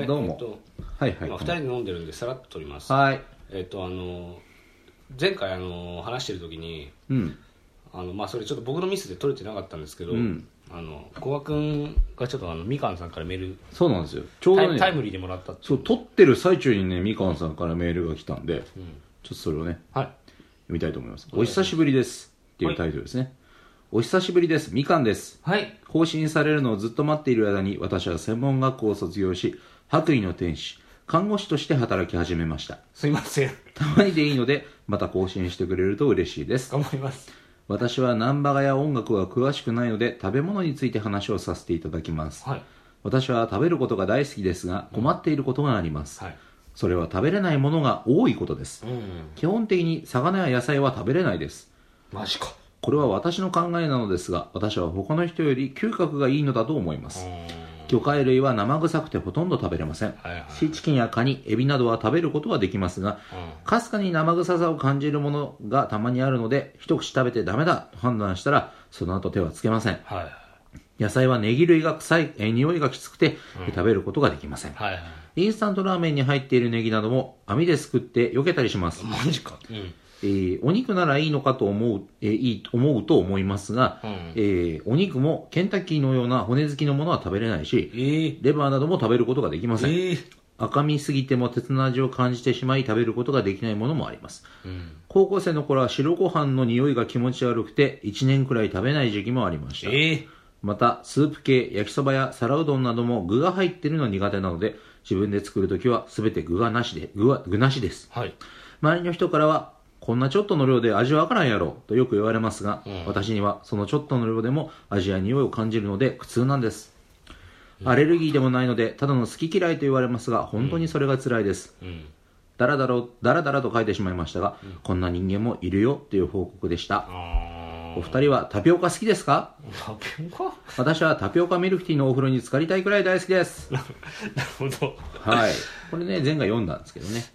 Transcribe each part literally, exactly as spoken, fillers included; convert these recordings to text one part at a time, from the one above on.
はい、 どうも、 えーとはいはい、 今ふたりで飲んでるんでさらっと取ります。 はい。 えっ、ー、とあの前回あの話してる時に、 うん、 あのまあそれちょっと僕のミスで取れてなかったんですけど、 うん、 あの古賀君がちょっとあのみかんさんからメール、 そうなんですよ。ちょうどね、 タイムリーでもらったって。 そう撮ってる最中にね、みかんさんからメールが来たんで、うん、ちょっとそれをね、 はい、 読みたいと思います。お久しぶりですっていうタイトルですね。はい、お久しぶりです。みかんです。 はい。 更新されるのをずっと待っている間に、私は専門学校を卒業し、白衣の天使、看護師として働き始めました。 すいません。 たまにでいいので、また更新してくれると嬉しいです。 頑張ります。 私はナンバガや音楽が詳しくないので、食べ物について話をさせていただきます。 はい。 私は食べることが大好きですが、困っていることがあります。 はい。 それは食べれないものが多いことです。うんうん、基本的に魚や野菜は食べれないです。 マジか。 これは私の考えなのですが、私は他の人より嗅覚がいいのだと思います。魚介類は生臭くてほとんど食べれません。はいはい、シーチキンやカニ、エビなどは食べることはできますが、かすかに生臭さを感じるものがたまにあるので、一口食べてダメだと判断したら、その後手はつけません。はい、野菜はネギ類が臭い、え匂いがきつくて、うん、食べることができません。はいはい、インスタントラーメンに入っているネギなども網ですくって避けたりします。 マジか。うん、 えー、お肉ならいいのかと思う、えー、いい思うと思いますが、うん、えー、お肉もケンタッキーのような骨付きのものは食べれないし、えー、レバーなども食べることができません。えー、赤みすぎても鉄の味を感じてしまい食べることができないものもあります。うん、高校生の頃は白ご飯の匂いが気持ち悪くていちねんくらい食べない時期もありました。えー、またスープ系、焼きそばや皿うどんなども具が入っているのは苦手なので、自分で作るときは全て具がなしで、具は具なしです。はい、周りの人からはこんなちょっとの量で味わからんやろとよく言われますが、うん、私にはそのちょっとの量でも味や匂いを感じるので苦痛なんです。うん、アレルギーでもないのでただの好き嫌いと言われますが、本当にそれが辛いです。うん、だらだらだらだらと書いてしまいましたが、うん、こんな人間もいるよという報告でした。お二人はタピオカ好きですか？ タピオカ？ 私はタピオカミルクティーのお風呂に浸かりたいくらい大好きです。 なるほど。 はい。これね、前回読んだんですけどね。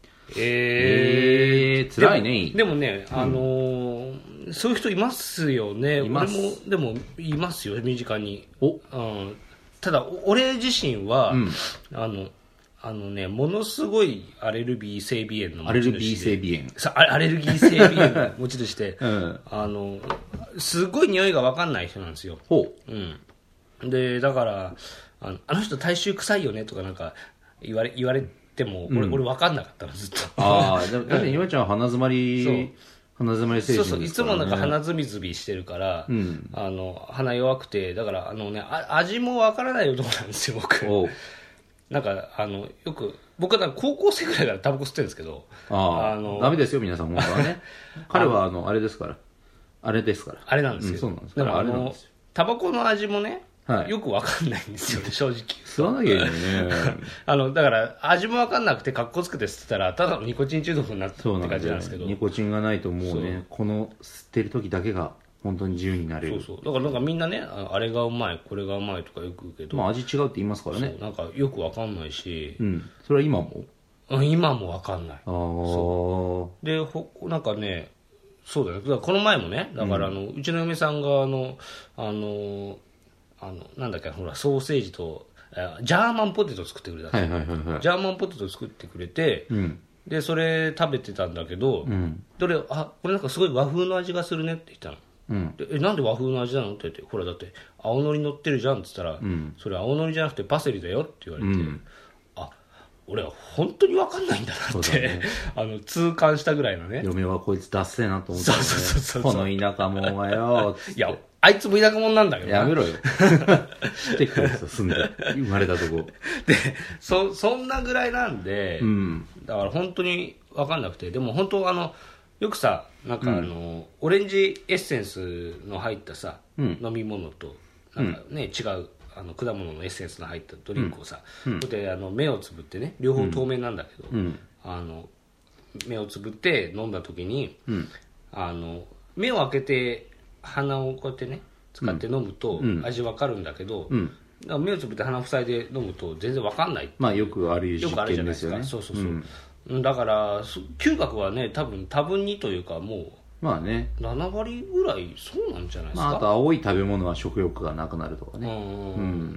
えー、 えー、辛いね。 でも、でもね、あのーうん、そういう人いますよね。俺もでもいますよ、身近に。お、うん、ただ俺自身は、うん、あのあのね、ものすごいアレルギー性鼻炎の持ち主で、アレルギー性鼻炎さアレルギー性鼻炎の持ち主で、うん、あのすごい匂いが分かんない人なんですよ。ほう、うん、でだからあのあの人体臭臭いよねとかなんか言われ言われでも俺、うん、俺分かんなかったのずっと。ああ、でも今ちゃんは鼻詰まり、そう鼻詰まり精神ですからね。 そうそう、いつもなんか鼻ズビズビしてるから、うん、あの鼻弱くて、だからあのね、あ味も分からない男なんですよ僕。なんかあのよく僕は高校生ぐらいからタバコ吸ってるんですけど、 ああのダメですよ皆さん本当はね。彼はあのあれですから、あれですから、 あれなんですよ。うん、 そうなんです。 だからあのタバコの味もね。はい、よく分かんないんですよね、正直。 吸わなきゃいいのにね。 あのだから味も分かんなくてカッコつけて吸ってたらただのニコチン中毒になったって感じなんですけど、 ね、ニコチンがないともうね、この吸ってる時だけが本当に自由になれる。 そうそう、だからなんかみんなね、あれがうまいこれがうまいとかよく言うけど、 まあ味違うって言いますからね。 なんかよく分かんないし、 うん、それは今も今も分かんない。あそうでほなんかね、そうだね、だからこの前もね、だからあの、うん、うちの嫁さんがあのあのあのなんだっけ、ほらソーセージとジャーマンポテト作ってくれたんですよ、はいはいはいはい、ジャーマンポテト作ってくれて、うん、でそれ食べてたんだけど、うん、どれあこれなんかすごい和風の味がするねって言ったの、うん、でえなんで和風の味なのって言って、ほらだって青のり乗ってるじゃんって言ったら、うん、それ青のりじゃなくてパセリだよって言われて、うん、あ俺は本当に分かんないんだなって、ね、あの痛感したぐらいのね。 嫁はこいつダッセーなと思って、ね、そうそうそうそう、この田舎者がよいやあいつも田舎者なんだけどやめろよ来てくれよ住んで生まれたとこで そ, そんなぐらいなんで、うん、だから本当に分かんなくて、でも本当あのよくさなんかあの、うん、オレンジエッセンスの入ったさ、うん、飲み物となんかね、うん、違うあの果物のエッセンスの入ったドリンクをさ、うんうん、であの目をつぶってね、両方透明なんだけど、うん、あの目をつぶって飲んだ時に、うん、あの目を開けて鼻をこうやってね使って飲むと味わかるんだけど、うん、だから目をつぶって鼻塞いで飲むと全然わかんない。 まあよくある実験ですよね。 そうそうそう、うん、だから嗅覚はね多分多分にというかもうまあねなな割ぐらいそうなんじゃないですか。 まあ、あと青い食べ物は食欲がなくなるとかね。うん、うん、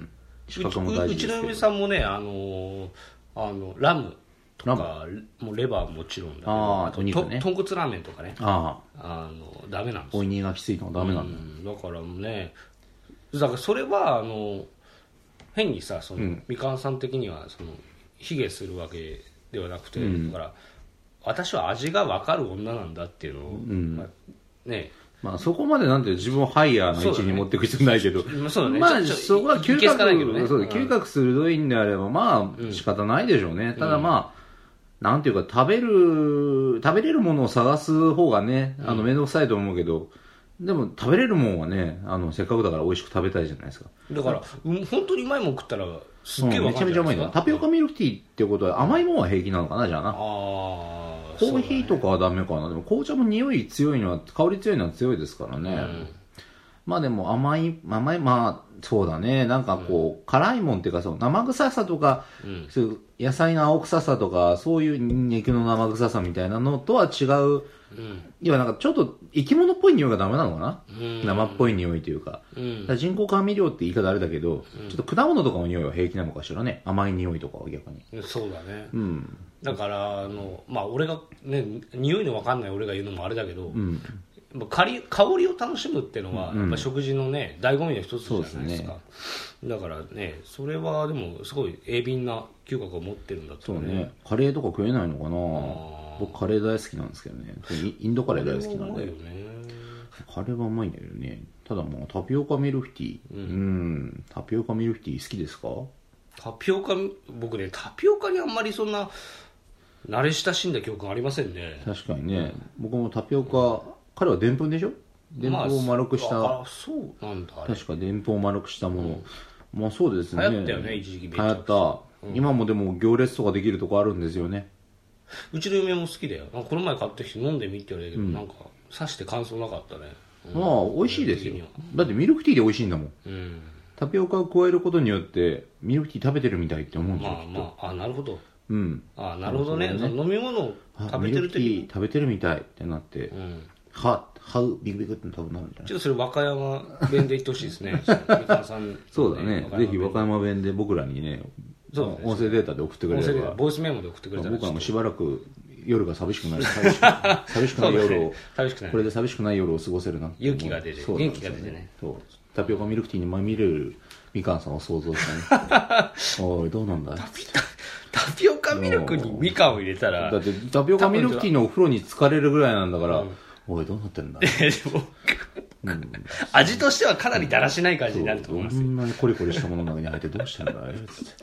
資格も大事ですけど。 うちの嫁さんもね、あのー、あのラムとかもうレバーもちろんだけど、 ああと、 お肉ね、 豚骨ラーメンとかね、 ああのダメなんですよ。 おいにがきついのはダメなんだ、 うん、だからね、だからそれはあの変にさ、その、うん、みかんさん的にはその卑下するわけではなくて、うん、だから私は味が分かる女なんだっていうのを、うんまあ、ね、 まあそこまでなんて自分をハイヤーの位置に持っていく必要ないけど、 そうだね、 まあそこは嗅覚、 ね、 そう嗅覚鋭いんであればまあ仕方ないでしょうね、うん、ただまあなんていうか食べる食べれるものを探す方がね、あの面倒くさいと思うけど、うん、でも食べれるもんはね、あのせっかくだから美味しく食べたいじゃないですか。 だから、うん、本当にうまいもん食ったらすっげえ分かるじゃないですか、うん、めちゃめちゃうまいの。 タピオカミルクティーってことは甘いもんは平気なのかな、じゃあな。あコーヒーとかはダメかな、ね、でも紅茶も匂い強いのは香り強いのは強いですからね、うん、まあでも甘い甘いまあそうだね、なんかこう、うん、辛いもんっていうかその生臭さとか、うん、そういう野菜の青臭さとかそういう肉の生臭さみたいなのとは違う、うん、要はなんかちょっと生き物っぽい匂いがダメなのかな、うん、生っぽい匂いというか、うん、か人工甘味料って言い方あれだけど、うん、ちょっと果物とかの匂いは平気なのかしらね、甘い匂いとかは逆に。 そうだね、うんだからあのまあ俺がね匂いの分かんない俺が言うのもあれだけど、うん、香り香りを楽しむっていうのは、うん、やっぱ食事のね醍醐味の一つじゃないですか。ですね、だからねそれはでもすごい鋭敏な嗅覚を持ってるんだとね。そうね、 カレーとか食えないのかな。僕カレー大好きなんですけどね、インドカレー大好きなんで。カレーはうまいんだけどね。ただもうタピオカミルクティー、うん、うんタピオカミルクティー好きですか？ タピオカ僕ねタピオカにあんまりそんな慣れ親しんだ記憶がありませんね。 確かにね、うん、僕もタピオカ、うん、彼はでんぷんでしょ、でんぷんを丸くした、まあ、 あそうなんだ確かでんぷんを丸くしたもの、うん、まあそうですね、 流行ったよね一時期。 流行った、うん、今もでも行列とかできるとこあるんですよね。 うちの嫁も好きだよ。この前買ってきて飲んでみって言われるけど、うん、なんかさして感想なかったね、 うん、まあ美味しいですよ。だってミルクティーで美味しいんだもん、うん、タピオカを加えることによってミルクティー食べてるみたいって思うんですよ。 まあまあ、あなるほど、 うん、 あなるほどね、ね、飲み物を食べてるってミルクティー食べてるみたいってなって、うん、ははうビクビクって多分なるんじゃない。 ちょっとそれ和歌山弁で言ってほしいですねみかんさん、ね、 そうだね、ぜひ和歌山弁で僕らにね、そうね、音声データで送ってくれれば、 ボイスメモで送ってくれたら僕はもうしばらく夜が寂しくない寂しくない寂しくない夜を、ね、これで寂しくない夜を過ごせるなって勇気が出て、ね、元気が出てね。 そうタピオカミルクティーにまみれるみかんさんを想像したねおいどうなんだタピタピオカミルクにみかんを入れたら、 だってタピオカミルクティーのお風呂に浸かれるぐらいなんだから、うん、おいどうなってるんだでも、 うん、味としてはかなりだらしない感じになると思いますよ。 そんなにコリコリしたものの中に入ってどうしてんだいつって、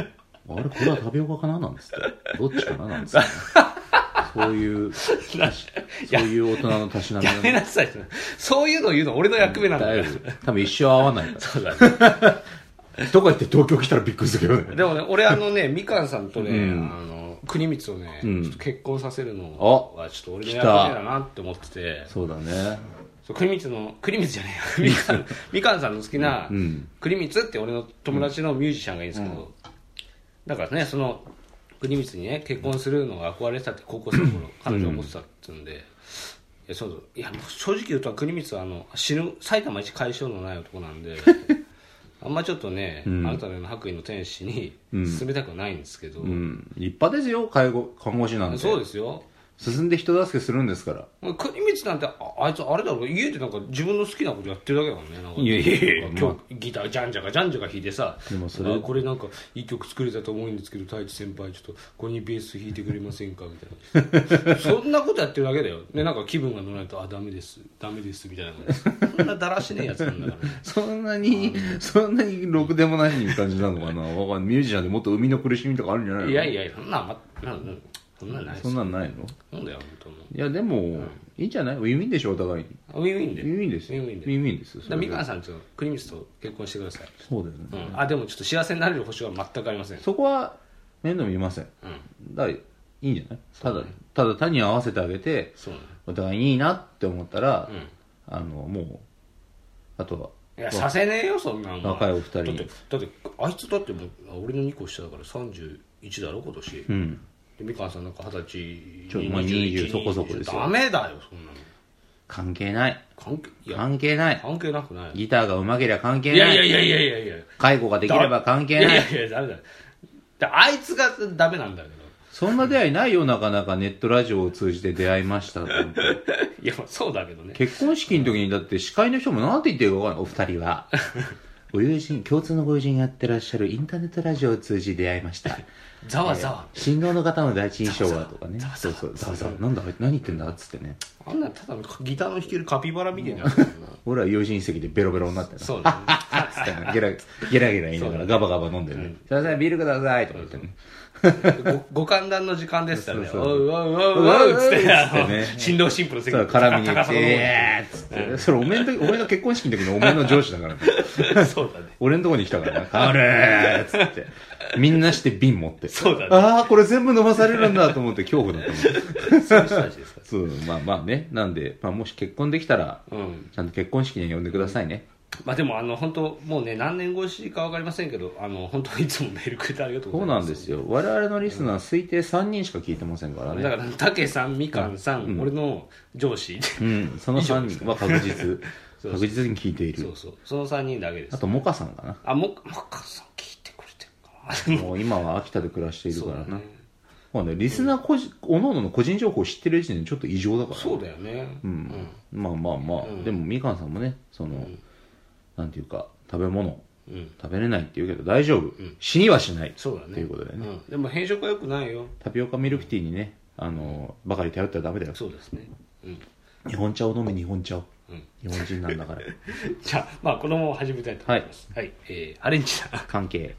うん、あれこれはタピオカかななんつってどっちかななんつって、ね、そういうそういう大人のたしなみ。 やめなさい。そういうの言うの俺の役目なんだよ。 多分一生合わないから。 そうだねとか言って東京来たらびっくりするけどね。 でもね、俺あのね、みかんさんとね、うん、あの国光をね、うん、ちょっと結婚させるのはちょっと俺の役目だなって思ってて。 そうだね。 そう国光の国光じゃねえよみかんみかんさんの好きな、うん、国光って俺の友達のミュージシャンがいるんですけど、うん、だからねその国光にね結婚するのが憧れてたって高校生の頃彼女は思ってたって言うんで、うん、いやそうそういや正直言うと国光はあの死ぬ埼玉一解消のない男なんであんまちょっとね、うん、あなたのような白衣の天使に進めたくはないんですけど、うんうん、立派ですよ介護看護師なんて。 そうですよ、 進んで人助けするんですから。 国光なんて あ, あいつあれだろ家でなんか自分の好きなことやってるだけだからね。なんかいやいやいや、 今日ギタージャンジャカジャンジャカ弾いてさ、でもそれこれなんかいい曲作れたと思うんですけど太一先輩ちょっとこれにベース弾いてくれませんかみたいなそんなことやってるだけだよ。でなんか気分が乗らないとあダメですダメですみたいなそんなだらしねえやつなんだから、ね、 そんなにそんなにろくでもない感じなのかなわかんない。ミュージシャンでもっと生みの苦しみとかあるんじゃないの。 いやいやそんなまなんなんそんなんないです。 そんなんないの。 なんだよ本当に。 いやでも、うん、いいんじゃない。ウィンウィンでしょお互いに。 ウィンウィンで。 ウィンウィンです。 ウィンウィンで。 ウィンウィンです。 だみかんさんと国光と結婚してください。 そうですね、 うん。あでもちょっと幸せになれる保証は全くありません。 そこは面倒見ません。うん。だからいいんじゃない。ただ、ね、ただ単に合わせてあげて、そうね、お互いにいいなって思ったら、うん、あのもうあとは。 いやさせねえよそんなの。 若いお二人。 だってだってあいつだってもう俺のにこ下だからさんじゅういちだろ今年。うん。でみかんさんなんか二十歳ちょっとまあにじゅうそこそこですよ。 ダメだよそんなの。 関係ない。 関係いや関係ない。 関係なくない。 ギターが上手けりゃ関係ない。 いやいやいやいやいやいや。 介護ができれば関係ない。 いやいやいや、ダメだ。だあいつがダメなんだけど。 そんな出会いないよ、なかなかネットラジオを通じて出会いましたと。 いや、そうだけどね。 結婚式の時にだって司会の人もなんて言ってるか分からない。お二人は。ご友人、共通のご友人やってらっしゃるインターネットラジオを通じ出会いました。 ざわざわ。 えー、新郎の方の第一印象はとかね。そうそう、ざわざわ。なんだ、何言ってんだっつってね。 あんなただのギターの弾けるカピバラみたいな。 俺は友人席でベロベロになってそうだね。 つってね。ゲラゲラゲラ言いながらガバガバ飲んでね。すいません、ビールくださいとか言ってね。 ご, ご歓談の時間でしたね。おうおうおうおうっつって、ね、新郎新婦の席に絡みに行って、えーっつって、それおめの時、おめの結婚式の時のおめの上司だからね。そうだね。俺のとこに来たからね。あれーっつって。みんなして瓶持って。 そうだね。 ああ、これ全部飲まされるんだと思って恐怖だったもん。 そういう人たちですか。 そう、まあまあね。なんで、まあもし結婚できたら、うん、ちゃんと結婚式に呼んでくださいね。 まあでもあの本当もうね何年越しか分かりませんけどあの本当いつもメールくれてありがとうございます。 そうなんですよ。我々のリスナー推定さんにんしか聞いてませんからね。 だから武さんみかんさん、うん、俺の上司、 うん、そのさんにんは確実確実に聞いている。 そうそうそのさんにんだけです。 あとモカさんかな。 あモカさん聞いてくれてるかな。 もう今は秋田で暮らしているからな。まあね、リスナー個人、おのおのの個人情報を知ってる時点でちょっと異常だから、ね、 そうだよね。 うん、うん、まあまあまあ、うん、でもみかんさんもねその、うんなんていうか食べ物、うん、食べれないって言うけど大丈夫、うん、死にはしないそうだねっていうことでね、 うん、でも変色は良くないよ。 タピオカミルクティーにねあのばかり頼ったらダメだよ。 そうですね、うん、 日本茶を飲め日本茶を、うん、日本人なんだからじゃあまあこのまま始めたいと思いますはい、はい、えー、アレンジだ関係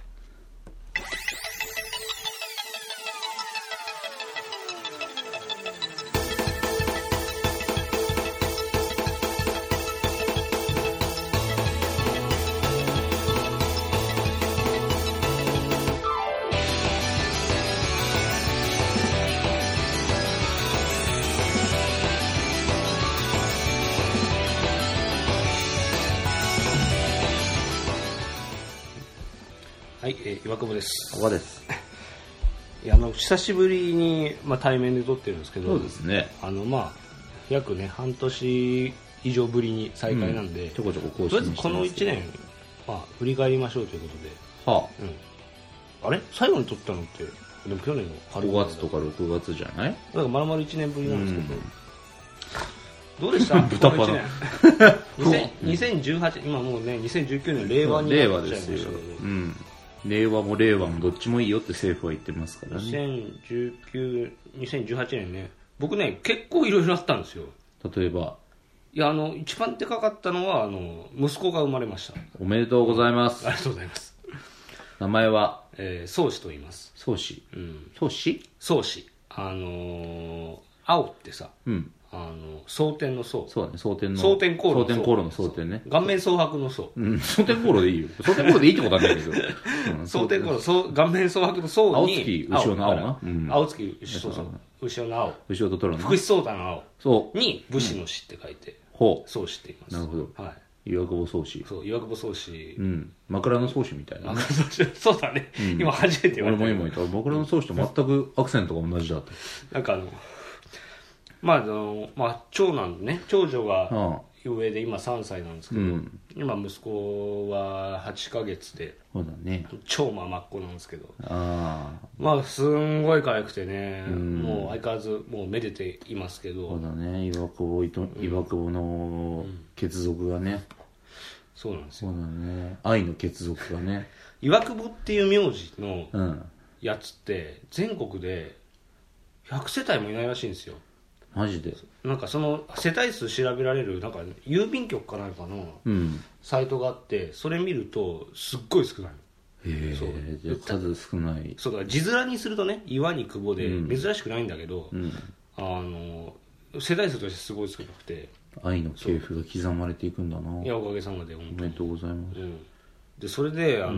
はい、えー、岩久保です。 ここです。 いやあの久しぶりに、まあ、対面で撮ってるんですけど、 そうですね。 あのまあ約ね半年以上ぶりに再開なんで、うん、 ちょこちょこ更新してますけど、 とりあえずこのいちねん、まあ、振り返りましょうということで、はあ、うん、あれ最後に撮ったのってでも去年の春ごがつとかろくがつじゃない？だから丸々いちねんぶりなんですけど、うん、どうでした豚パラにせんじゅうはち今もうねにせんじゅうきゅうねん令和になっちゃいましたけど、うん令和も令和もどっちもいいよって政府は言ってますからね。 にせんじゅうきゅう、にせんじゅうはちねんね僕ね結構いろいろあったんですよ。 例えばいやあの一番でかかったのはあの息子が生まれました。 おめでとうございます。 ありがとうございます。 名前はえー、宗師と言います。 宗師、 うん、 宗師宗師あのー、青ってさ、うんあの蒼天の蒼そうだね蒼天の蒼天航路蒼天航路の蒼天ね顔面蒼白の蒼うん蒼天航路でいいよ蒼天航路でいいってことはないけど蒼天航路顔面蒼白の蒼に青月後ろの青な、 うん、青月そうそう後ろの青後ろと虎の福士蒼太の青そうに武士の士って書いて、 うん、ほう宗師って言います。 なるほど、 はい、 岩久保宗師そう岩久保宗師うん枕の宗師みたいな、ね、 そうだね、うん、今初めて言われた。 俺も今言った枕の宗師と全くアクセントが同じだったなんかあのまああのまあ、長男ね長女が上で今さんさいなんですけど、うん、今息子ははちかげつでそうだ、ね、 超ママっ子なんですけどあまあすんごい可愛くてね、うん、もう相変わらずもうめでていますけどそうだね岩久保、岩久保の血族がね、うん、 そうなんですよそうだね愛の血族がね岩久保っていう名字のやつって全国でひゃくせたいもいないらしいんですよ。 マジでなんかその世帯数調べられるなんか郵便局かなんかのサイトがあってそれ見るとすっごい少ない。 へえじゃあ数少ない。 そうだから字面にするとね岩に久保で珍しくないんだけど、うん、あの世帯数としてすごい少なくて愛の系譜が刻まれていくんだな。 いやおかげさまでおめでとうございます、 うん、でそれであの、うん、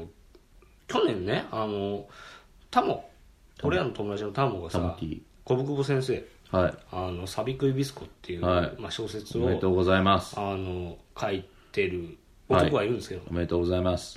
去年ねあのタモ俺らの友達のタモがさ小久保先生はい、あのサビクイビスコっていう、はいまあ、小説をおめでとうございますあの書いてる男がいるんですけど、 はい、おめでとうございます。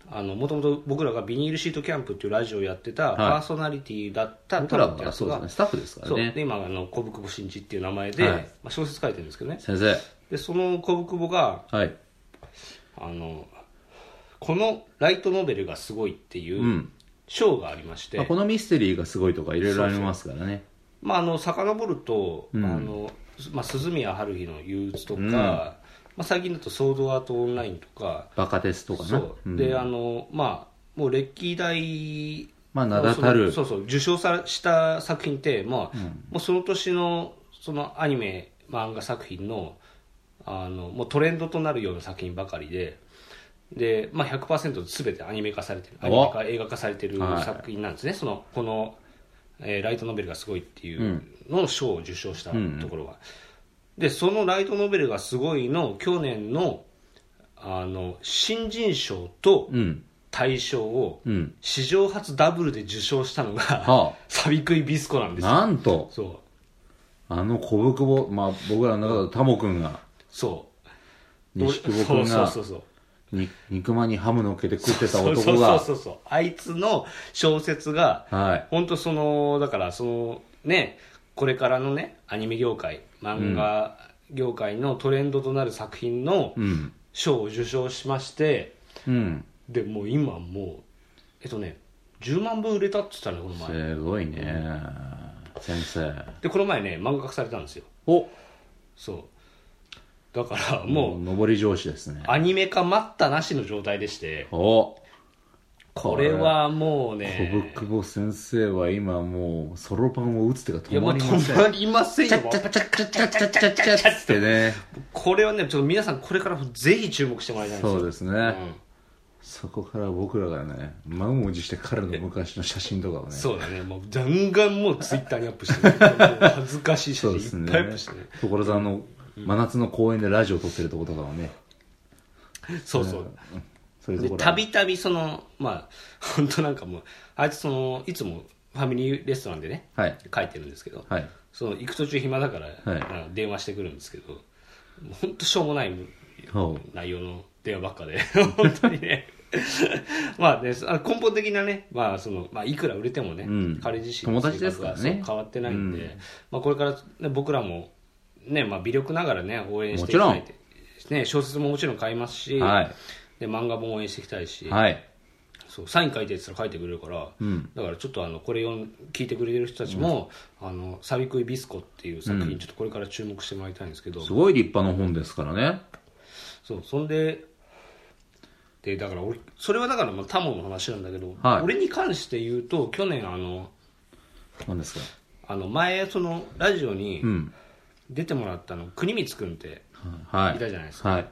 あのもともと僕らがビニールシートキャンプっていうラジオをやってたパーソナリティだった僕らはそうですね、スタッフですからね。 そうで今あの小久保真一っていう名前で、はい、まあ、小説書いてるんですけどね。 先生でその小久保が、 はい、 あのこのライトノベルがすごいっていう賞がありまして、うん、 まあ、このミステリーがすごいとかいろいろありますからね。そうそう、 まあ、あの遡ると、うん、あのまあ、鈴宮春日の憂鬱とか、うん、まあ、最近だとソードアートオンラインとかバカテスとかな。 そう、うん、であのまあもう歴代、 まあ、名だたるそうそう受賞さした作品って、まあ、うん、もうその年のそのアニメ漫画作品のあのもうトレンドとなるような作品ばかりで、で、まあ、ひゃくパーセント 全てアニメ化されてる、アニメ化映画化されてる作品なんですね、はい、そのこの、えー、ライトノベルがすごいっていうの賞を受賞したところは、うん、でそのライトノベルがすごいの去年のあの新人賞と大賞を史上初ダブルで受賞したのが、はあ、サビクイビスコなんですよ。 なんとそうあの小久保、まあ、僕らの中でタモ君が、 そう西久保君がそうそうそうに肉まんにハムのっけて食ってた男が、 そうそうそうそう、あいつの小説が、 はい、 本当そのだからそのね、これからのねアニメ業界漫画業界のトレンドとなる作品の賞を受賞しまして、 うん、 でもう今もうえっとねじゅうまんぶん売れたって言ったねこの前。 すごいね、うん、先生でこの前ね漫画化されたんですよ。 おそうだからもう上り調子ですね。 アニメ化待ったなしの状態でして、 おこれはもうね小久保先生は今もうソロパンを打つ手が止まりません。 止まりませんよ。 チャッチャッチャッチャッチャッチャッチャッチャッチャッってね。 これはねちょっと皆さんこれからぜひ注目してもらいたいんですよ。 そうですね、うん、そこから僕らがね満を持して彼の昔の写真とかをね、 そうだね、もうガンガンもうツイッターにアップして、ね、恥ずかしい写真いっぱいアップしてね。 所沢の真夏の公園でラジオ撮ってるとことかをね、 そうそう、そういうところたびたびそのまあ本当なんかもうあいつそのいつもファミリーレストランでね、はい、書いてるんですけど、はい、その行く途中暇だから、はい、電話してくるんですけど、本当しょうもない内容の電話ばっかで本当にねまあね根本的なね、まあそのまあ、いくら売れてもね、うん、彼自身の生活は変わってないんで、うん、まあ、これから、ね、僕らもね、まあ、微力ながらね応援していきたいって、ね、小説ももちろん買いますし、はい、で漫画も応援していきたいし、はい、そうサイン書いてって言ったら書いてくれるから、うん、だからちょっとあのこれを聞いてくれてる人たちも、うん、あのサビクイビスコっていう作品、うん、ちょっとこれから注目してもらいたいんですけど、 すごい立派な本ですからね。 そうそんででだから俺それはだからまあタモの話なんだけど、はい、俺に関して言うと去年あの何ですか、 あの前そのラジオに、うん出てもらったの国光くんっていたじゃないですか、はいはい、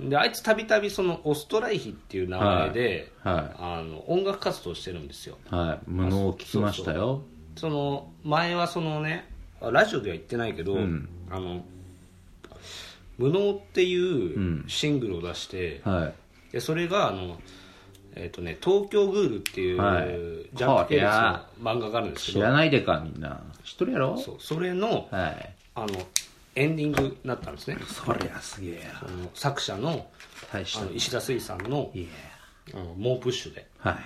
であいつたびたびそのオストライヒっていう名前で、はいはい、あの音楽活動してるんですよ。 はい、無能を聞きましたよ。 その前はそのねラジオでは言ってないけど、うん、あの無能っていうシングルを出して、うんはい、でそれがあのえーとね、東京グールっていう、はい、ジャンプ系列の漫画があるんですけど、 知らないでかみんな知っとるやろ。 そう、それの、はい、あのエンディングになったんですね。 そりゃすげえあの作者の、あの石田水さんの、あの猛プッシュで、はい、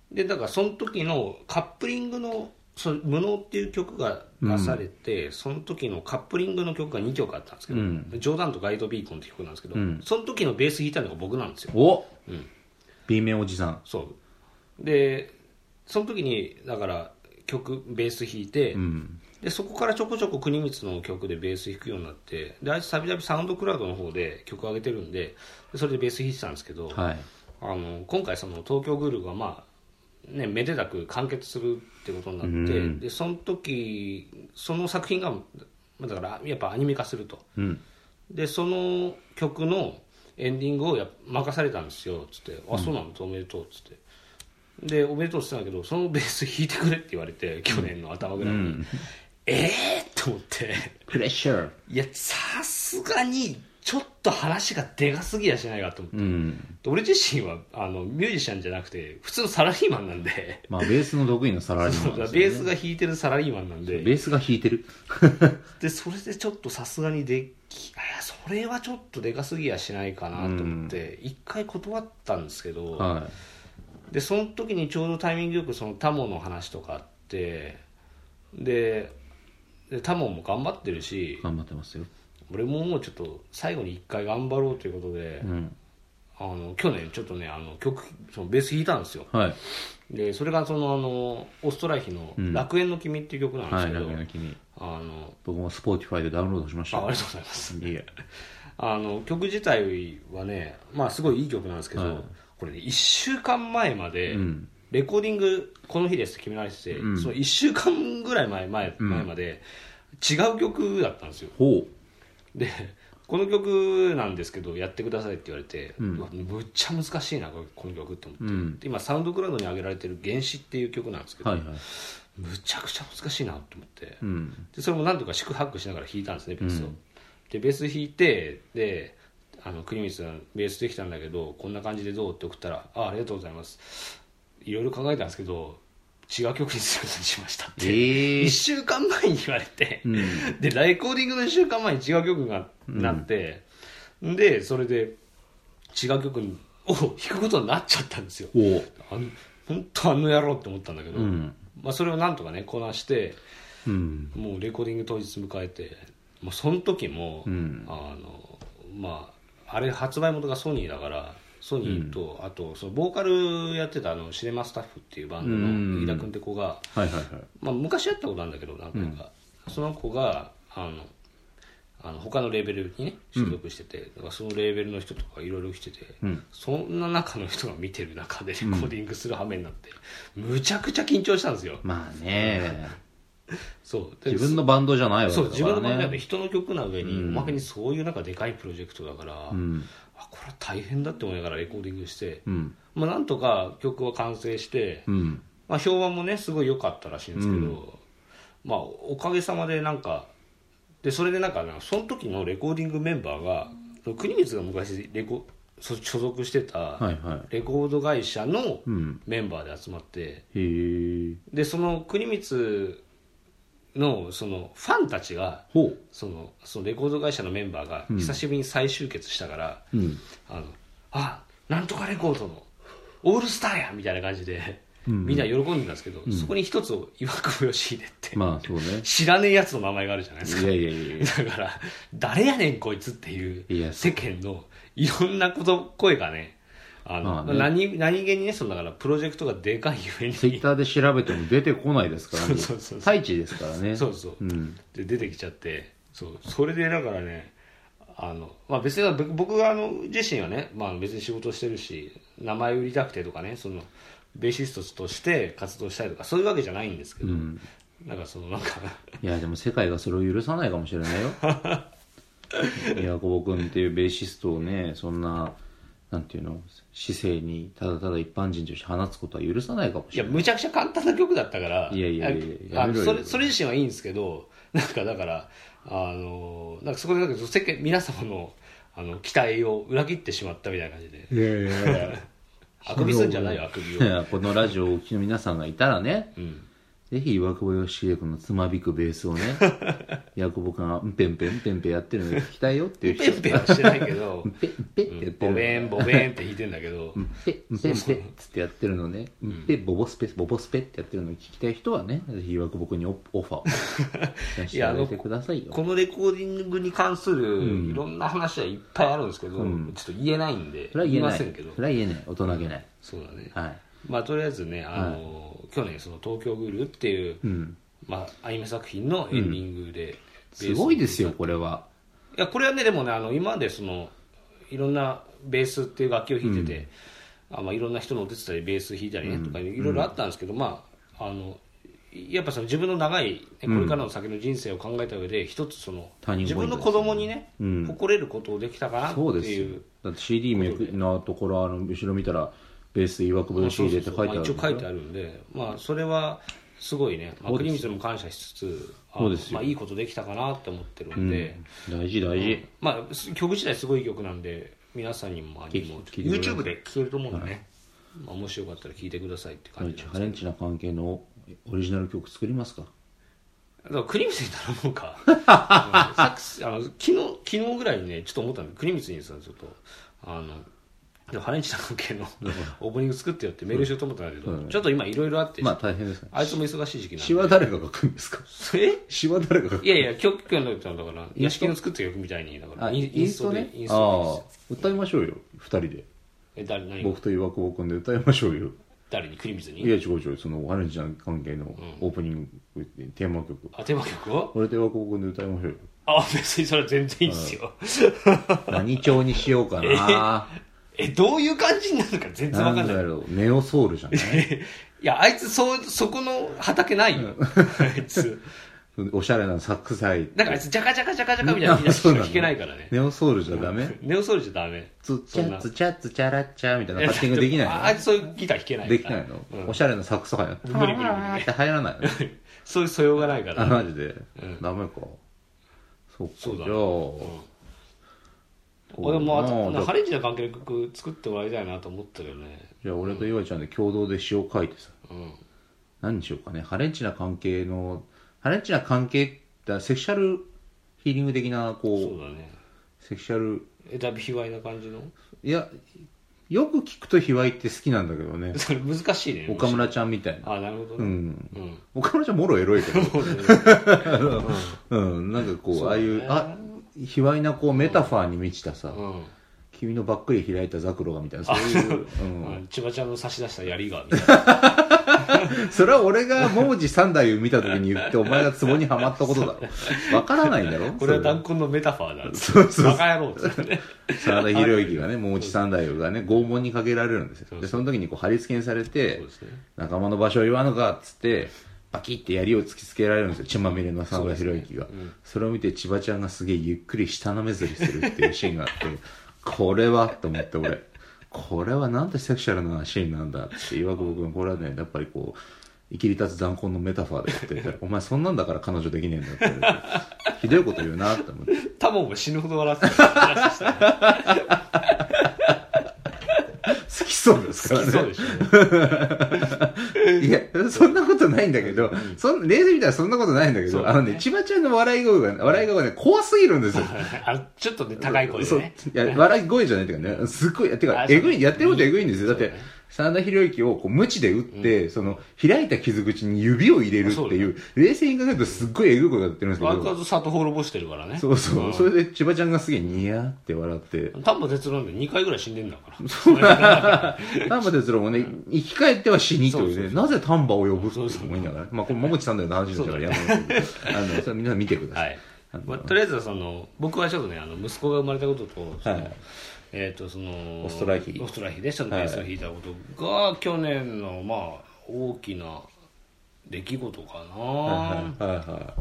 でだからその時のカップリングのその無能っていう曲が出されて、うん、その時のカップリングの曲がにきょくあったんですけど、うん、冗談とガイドビーコンって曲なんですけど、うん、その時のベース弾いたのが僕なんですよ。 お、うん、B 面おじさん。 そうでその時にだから曲ベース弾いて、うん、でそこからちょこちょこ国光の曲でベース弾くようになって、であいつたびたびサウンドクラウドの方で曲上げてるんで、でそれでベース弾いてたんですけど、はい、あの今回その東京グルーがまあねめでたく完結するってことになって、うん、でその時その作品がだからやっぱアニメ化すると、うん、でその曲のエンディングをや任されたんですよつって、うん、あそうなんだおめでとうつって、でおめでとうって言ったんだけどそのベース弾いてくれって言われて去年の頭ぐらいに、うん、ええー、と思ってプレッシャー、 いやさすがにちょっと話がでかすぎやしないかと思って、うん、俺自身はあのミュージシャンじゃなくて普通のサラリーマンなんで、 まあベースの得意なサラリーマンですよね。 ベースが弾いてるサラリーマンなんで、 ベースが弾いてるでそれでちょっとさすがにでき、いやそれはちょっとでかすぎやしないかなと思って一、うん、回断ったんですけど、はい、でその時にちょうどタイミングよくそのタモの話とかあって、ででタモも頑張ってるし、 頑張ってますよ。 俺ももうちょっと最後に一回頑張ろうということで、うん、あの去年ちょっとねあの曲そのベース弾いたんですよ、はい、でそれがそのあのオーストライヒの「楽園の君」っていう曲なんですけど、うんはい、楽園の君、あの僕も Spotify でダウンロードしました。 あ, ありがとうございます。いえあの曲自体はね、まあ、すごいいい曲なんですけど、はい、これねいっしゅうかんまえまで、うん、レコーディングこの日ですって決められてて、うん、そのいっしゅうかんぐらい前 前,、うん、前まで違う曲だったんですよ。ほうでこの曲なんですけどやってくださいって言われて、うん、むっちゃ難しいなこの曲って思って、うん、で今サウンドクラウドに上げられてる「原始」っていう曲なんですけど、はいはい、むちゃくちゃ難しいなと思って、うん、でそれも何とか四苦八苦しながら弾いたんですねベースを、うん、でベース弾いてであの国光さんベースできたんだけどこんな感じでどうって送ったら あ, ありがとうございますいろいろ考えたんですけど違う曲にすることにしましたって、えー、いっしゅうかんまえに言われて、うん、でレコーディングのいっしゅうかんまえに違う曲がなって、うん、でそれで違う曲を弾くことになっちゃったんですよ。あの本当あの野郎って思ったんだけど、うんまあ、それをなんとかねこなして、うん、もうレコーディング当日迎えてもうその時も、うん、あのまああれ発売元がソニーだからソニーと、うん、あとそのボーカルやってたあのシネマスタッフっていうバンドの飯田君って子が、はいはいはいまあ、昔やったことあるんだけど何回か、うん、その子があのあの他のレーベルにね所属してて、うん、だからそのレーベルの人とかいろいろ来てて、うん、そんな中の人が見てる中でレコーディングする羽目になって、うん、むちゃくちゃ緊張したんですよ。 まあねそう自分のバンドじゃないわけだからね。 そう自分のバンドで人の曲な上に、うん、おまけにそういうなんかでかいプロジェクトだから、うんあこれは大変だって思いながらレコーディングして、うんまあ、なんとか曲は完成して、うんまあ、評判もねすごい良かったらしいんですけど、うんまあ、おかげさまでなんかでそれでなんかその時のレコーディングメンバーが国光が昔レコ所属してたレコード会社のメンバーで集まって、うん、でその国光のそのファンたちがそのそのレコード会社のメンバーが久しぶりに再集結したから、うん、あのあなんとかレコードのオールスターやみたいな感じで、うん、みんな喜んでたんですけど、うん、そこに一つ岩久保義秀って、まあそうね、知らねえやつの名前があるじゃないですか。いやいやいやだから誰やねんこいつっていう世間のいろんなこと声がねあの、まあね、何, 何気にねそのだからプロジェクトがでかいゆえにツイッターで調べても出てこないですからね。そうそうそう太一ですからね。 そうそう、うん、で出てきちゃってそうそれでだからねあの、まあ、別に僕があの自身はね、まあ、別に仕事してるし名前売りたくてとかねそのベーシストとして活動したいとかそういうわけじゃないんですけど、うん、なんかそのなんかいやでも世界がそれを許さないかもしれないよヤコブ君っていうベーシストをねそんななんていうの市政にただただ一般人として放つことは許さないかもしれない。 いやむちゃくちゃ簡単な曲だったからいやいやいややめろよ。 それそれ自身はいいんですけどなんかだからあのなんかそこでなんか世間皆様のあの期待を裏切ってしまったみたいな感じで。いやいやいやあくびすんじゃないよあくびを。 このラジオをお聞きの皆さんがいたらね、うん、ぜひ岩久保義秀君のつまびくベースをねヤコブ君がんぺんぺんんぺんぺんやってるのに聞きたいよっていう人。 んぺんぺんはしてないけどんぺんぺんってやってるの、 ボベンボベンって弾いてんだけどんぺんんぺんぺんっつってやってるのね、んぺボボスペボボスペってやってるのに聞きたい人はねぜひ岩久保君にオファーをしてあげてくださいよ。 このレコーディングに関するいろんな話はいっぱいあるんですけど、うん、ちょっと言えないんでそれは言えませんけどそれは言えない大人げない、うん、 そうだね、はいまあ、とりあえずねあの、はい、去年その東京グルーっていう、うんまあ、アニメ作品のエンディングで、うん、 すごいですよこれは。 いやこれはねでもねあの今までそのいろんなベースっていう楽器を弾いてて、うんあまあ、いろんな人のお手伝いでベース弾いたりね、うん、とかいろいろあったんですけど、まああのやっぱその自分の長い、ね、これからの先の人生を考えた上で、うん、一つその自分の子供にね、うん、誇れることをできたかなっていう。そうですよ。 だって シーディー のところあの後ろ見たらベース岩久保義秀って書いてあるんで、 一応書いてあるんで、まあ、それはすごいね、まあ、国光にも感謝しつつ、 そうですよ、 まあ、いいことできたかなって思ってるんで、 うん、大事大事、 うん、まあ曲自体すごい曲なんで皆さんにも、にも YouTube で聴けると思うんでね、はい、まあ、もしよかったら聴いてくださいって感じなんですけど、 ハレンチな関係のオリジナル曲作りますか。 だから国光に頼もうか、うん、さっきあの昨日昨日ぐらいにねちょっと思ったんで、国光にさちょっとあのでもハレンチな関係のオープニング作ってよってメールしようと思ったんだけど、うん、ちょっと今いろいろあって、 まあ大変ですね、 あいつも忙しい時期なんで。 詩は誰が書くんですか。 え詩は誰が書く。 いやいや曲曲のだから屋敷の作った曲みたいにだからインストで、インストで歌いましょうよふたりで。 え誰何僕と岩久保君で歌いましょうよ。 誰に国光に。 いや違う違う、そのハレンチな関係のオープニング、うん、テーマ曲。 あテーマ曲を俺と岩久保君で歌いましょうよ。 あ別にそれは全然いいっすよ。 何調にしようかな。 ええどういう感じになるか全然わかんない。 なんだろう、ネオソウルじゃないいやあいつそそこの畑ないよあいつおしゃれなサックスアイなんかあいつジャカジャカジャカジャカみたいなのしか弾けないからね。 ネオソウルじゃダメ。 ネオソウルじゃダメ。 ツチャツチャツチャラッチャみたいなパッティングできないの。 あいつそういうギター弾けないできないの、うん、おしゃれなサックス入る無理無理無理って入らないのそういう素養がないから、 ね、あマジで、うん、ダメか。そうか。 そうだ、 じゃあ、うん俺もあハレンチな関係の曲作ってもらいたいなと思ったけどね。 じゃあ俺と岩ちゃんで共同で詩を書いてさ、うん、何にしようかね。ハレンチな関係のハレンチな関係だセクシャルヒーリング的なこう、 そうだね、 セクシャルえだいぶ卑猥な感じの。 いやよく聞くと卑猥って好きなんだけどね。 それ難しいね。 岡村ちゃんみたいな。 あなるほど、ね、 うん、うん、岡村ちゃんもろエロいけどうん、うん、なんかこう、ね、ああいうあ卑猥なこうメタファーに満ちたさ、うん、君のばっくり開いたザクロがみたいな、そういう、うん、 千葉ちゃんの差し出した槍がみたいなそれは俺が桃地三太夫見た時に言ってお前がツボにはまったことだろ。わからないんだろ。 これは弾痕のメタファーだ。 そうそう、 バカ野郎っつってね。 沢田博之がね、桃地三太夫がね拷問にかけられるんですよ。そうそう、でその時にこう貼り付けにされて、ね、仲間の場所を言わぬかっつってバキって槍を突きつけられるんですよ、血まみれの沢田博之が そ,、ねうん、それを見て千葉ちゃんがすげえゆっくり舌なめずりするっていうシーンがあってこれはと思って俺これはなんてセクシャルなシーンなんだって岩久保君、これはねやっぱりこう生きり立つ残魂のメタファーで言っててお前そんなんだから彼女できねえんだってひどいこと言うなって思って多分死ぬほど笑ってた好きそうですからね。 好きそうでしょ、 ね、いやそんなことないんだけど、うん、そん冷静見たらそんなことないんだけど、ね、あのね千葉ちゃんの笑い声が笑い声がね怖すぎるんですよあちょっとね高い声でね。 いや笑い声じゃないっていうかねすっごいてかえぐいやってることえぐいんですよ。だって沢田博之をこう無知で打って、うん、その開いた傷口に指を入れるっていう、ね、冷静に考えるとすっごいえぐいことやってるんですけど、 相変わらず里滅ぼしてるからね。 そうそう、うん、それで千葉ちゃんがすげえニヤって笑って丹波哲郎でにかいぐらい死んでんだから丹波哲郎もね生き返っては死にというね、そうそうそう、なぜ丹波を呼ぶって思いながら、まあこれ桃地さんだよの話ですからやめますけど、あのそれみんな見てください、はい、 まあ、とりあえずはその僕はちょっとねあの息子が生まれたこととその、はい、えー、とそのオストラヒオストラヒでちょっとベースを弾いたことが、はい、去年のまあ大きな出来事かな。はいはいはい、はい、